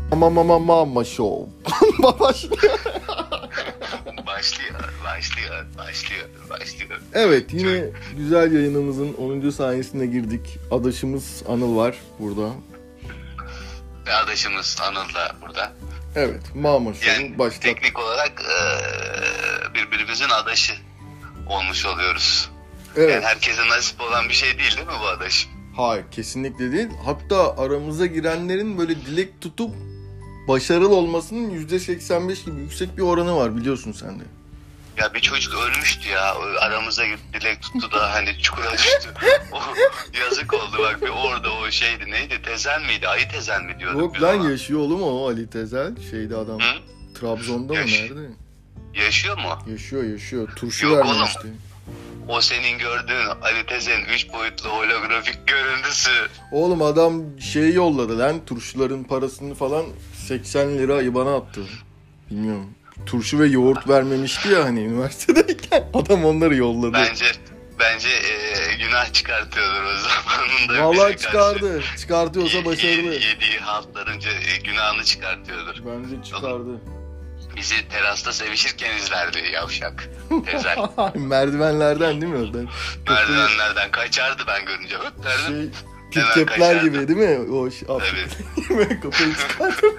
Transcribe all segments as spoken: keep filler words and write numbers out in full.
Mama mama mama show. Başlıyor. Başlıyor, başlıyor, başlıyor, başlıyor. Evet, yine güzel yayınımızın onuncu saniyesine girdik. Adaşımız Anıl var burada. Ve adaşımız Anıl da burada. Evet, Mama Show'u Yani başlat. teknik olarak e, birbirimizin adaşı olmuş oluyoruz. Evet. Yani herkese nasip olan bir şey değil değil mi bu adaş? Hayır, kesinlikle değil. Hatta aramıza girenlerin böyle dilek tutup başarılı olmasının yüzde seksen beş gibi yüksek bir oranı var, biliyorsun sen de. Ya bir çocuk ölmüştü ya. Aramıza dilek tuttu da hani çukura düştü. O yazık oldu bak, bir orada o şeydi, neydi? Tezel miydi? Ayı Tezel mi diyorduk Yok biz lan, ona? yaşıyor oğlum o Ali Tezel. Şeyde adam. Hı? Trabzon'da mı, Yaş- nerede? Yaşıyor mu? Yaşıyor yaşıyor. Turşu Yok vermemişti. O senin gördüğün Ali Tezel'in üç boyutlu holografik görüntüsü. Oğlum adam şey yolladı lan, turşuların parasını falan seksen lira IBAN'a attı. Bilmiyorum. Turşu ve yoğurt vermemişti ya hani üniversitedeyken. Adam onları yolladı. Bence bence e, günah çıkartıyordur o zamanında. Vallahi bize çıkardı. karşı. Çıkartıyorsa Ye- başarılı. ye- Yediği haltlarınca e, günahını çıkartıyordur. Bence çıkardı. Bizi terasta sevişirken izlerdi yavşak. Tezel. Merdivenlerden değil mi? Oradan. Merdivenlerden kaçardı ben görünce. Hıp derdim. Şey, Hemen pirkepler kaçardı. gibi değil mi? O şey, Evet. kafayı çıkardı.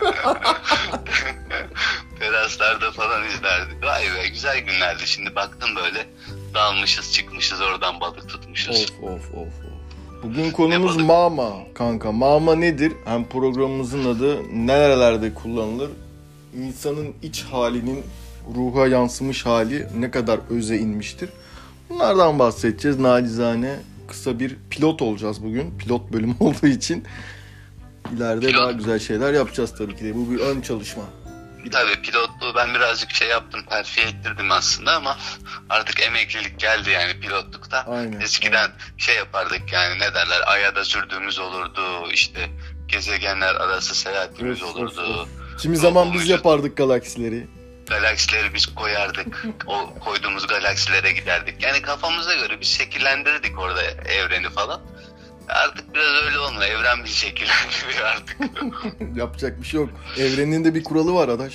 Teraslarda falan izlerdi. Vay be, güzel günlerdi. Şimdi baktım böyle dalmışız çıkmışız oradan, balık tutmuşuz. Of of of of. Bugün konumuz balık? mama kanka. Mama nedir? Hem programımızın adı, nerelerde kullanılır? İnsanın iç halinin ruha yansımış hali ne kadar öze inmiştir? Bunlardan bahsedeceğiz. Nacizane kısa bir pilot olacağız bugün. Pilot bölümü olduğu için ileride Pilot. daha güzel şeyler yapacağız tabii ki de. Bu bir ön çalışma. Tabii pilotluğu ben birazcık şey yaptım, terfi ettirdim aslında ama artık emeklilik geldi yani pilotlukta. Aynen, Eskiden aynen. şey yapardık yani, ne derler, Ay'a da sürdüğümüz olurdu, işte gezegenler arası seyahatimiz Of, of, olurdu. of. Kimi zaman biz Olmuşuz. yapardık galaksileri. Galaksileri biz koyardık. O koyduğumuz galaksilere giderdik. Yani kafamıza göre biz şekillendirdik orada evreni falan. Artık biraz öyle olmuyor. Evren bizi şekillendiriyor artık. Yapacak bir şey yok. Evrenin de bir kuralı var adaş.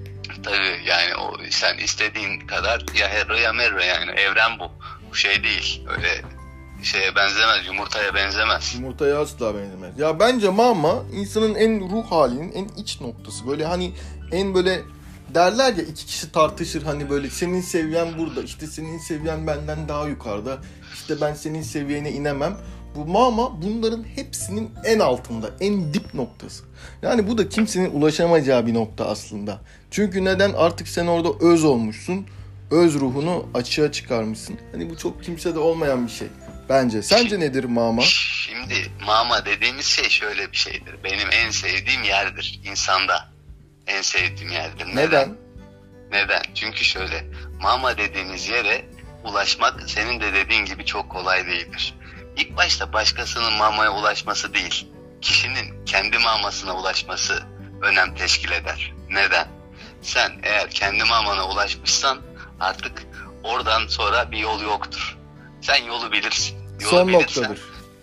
Tabii yani o, sen istediğin kadar ya hero ya merro, yani evren bu. Bu şey değil. Öyle şeye benzemez. Yumurtaya benzemez. Yumurtaya asla benzemez. Ya bence mama insanın en ruh halinin en iç noktası. Böyle hani en böyle derler ya, iki kişi tartışır hani böyle, senin seviyen burada, işte senin seviyen benden daha yukarıda, işte ben senin seviyene inemem. Bu mama bunların hepsinin en altında, en dip noktası. Yani bu da kimsenin ulaşamayacağı bir nokta aslında. Çünkü neden? Artık sen orada öz olmuşsun. Öz ruhunu açığa çıkarmışsın. Hani bu çok kimsede olmayan bir şey. Bence. Sence nedir mama? Şimdi mama dediğimiz şey şöyle bir şeydir. Benim en sevdiğim yerdir insanda. En sevdiğim yerdir. Neden? Neden? Neden? Çünkü şöyle, mama dediğimiz yere ulaşmak senin de dediğin gibi çok kolay değildir. İlk başta başkasının mamaya ulaşması değil, kişinin kendi mamasına ulaşması önem teşkil eder. Neden? Sen eğer kendi mamana ulaşmışsan artık oradan sonra bir yol yoktur. Sen yolu bilirsin. Yolu Son bilirsen, noktadır.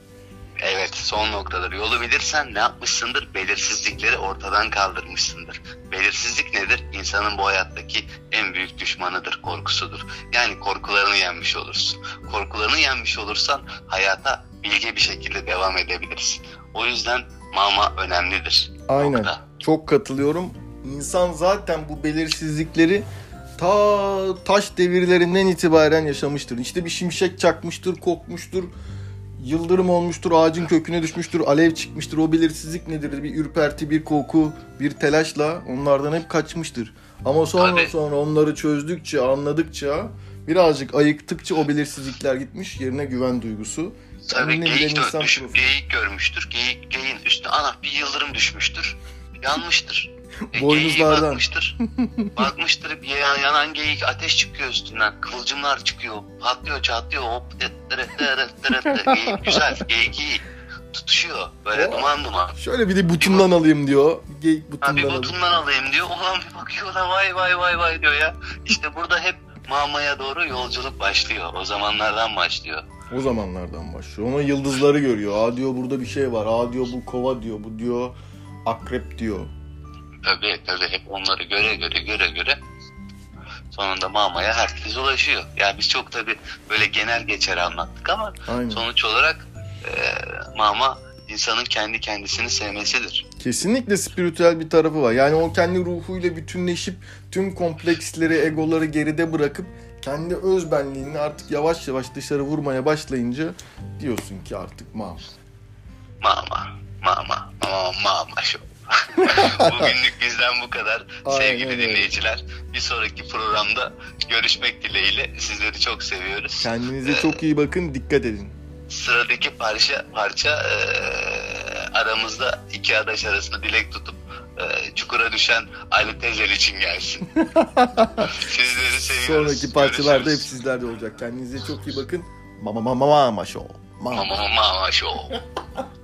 evet, son noktadır. Yolu bilirsen ne yapmışsındır? Belirsizlikleri ortadan kaldırmışsındır. Belirsizlik nedir? İnsanın bu hayattaki en büyük düşmanıdır, korkusudur. Yani korkularını yenmiş olursun. Korkularını yenmiş olursan hayata bilge bir şekilde devam edebilirsin. O yüzden mama önemlidir. Aynen. Nokta. Çok katılıyorum. İnsan zaten bu belirsizlikleri ta taş devirlerinden itibaren yaşamıştır. İşte bir şimşek çakmıştır, kokmuştur. Yıldırım olmuştur, ağacın köküne düşmüştür, alev çıkmıştır. O belirsizlik nedir? Bir ürperti, bir korku, bir telaşla onlardan hep kaçmıştır. Ama sonra Tabii. sonra onları çözdükçe, anladıkça, birazcık ayıktıkça o belirsizlikler gitmiş. Yerine güven duygusu. Tabii Kendine geyik, bilen insan düş, profili. geyik görmüştür. Geyik, geyiğin üstüne ana bir yıldırım düşmüştür. Yanmıştır. E, Boynuzlardan. geyiğe bakmıştır. Bakmıştır bir yan- yanan geyik, ateş çıkıyor üstünden. Kıvılcımlar çıkıyor. Patlıyor, çatlıyor. Hop, tıt, tırıt, tırıt, tırıt. Geyik güzel. Geyik iyi. Tutuşuyor. Böyle O- duman duman. Şöyle bir de butundan alayım diyor. Geyik Ha, butundan bir alayım. botundan alayım diyor. Ulan bir bakıyor da vay vay vay vay diyor ya. İşte burada hep mamaya doğru yolculuk başlıyor. O zamanlardan başlıyor. O zamanlardan başlıyor. Ona yıldızları görüyor. Aa diyor burada bir şey var. Aa diyor bu kova diyor. Bu diyor akrep diyor. Tabii tabii, hep onları göre göre göre göre sonunda mamaya herkes ulaşıyor. Yani biz çok tabii böyle genel geçer anlattık ama Aynen. sonuç olarak e, mama insanın kendi kendisini sevmesidir. Kesinlikle spiritüel bir tarafı var. Yani o kendi ruhuyla bütünleşip tüm kompleksleri, egoları geride bırakıp kendi öz benliğini artık yavaş yavaş dışarı vurmaya başlayınca diyorsun ki artık mama. Mama, mama, mama, mama şu. Bugünlük bizden bu kadar. Aynen Sevgili öyle. dinleyiciler, bir sonraki programda görüşmek dileğiyle, sizleri çok seviyoruz. Kendinize Ee, çok iyi bakın, dikkat edin. Sıradaki parça parça e, aramızda iki adaş arasında dilek tutup e, çukura düşen Ali Tezel için gelsin. Sizleri seviyoruz. Sonraki parçalarda hep Görüşürüz. sizlerde olacak. Kendinize çok iyi bakın. Mama mama mama show. Mama. Mama mama show.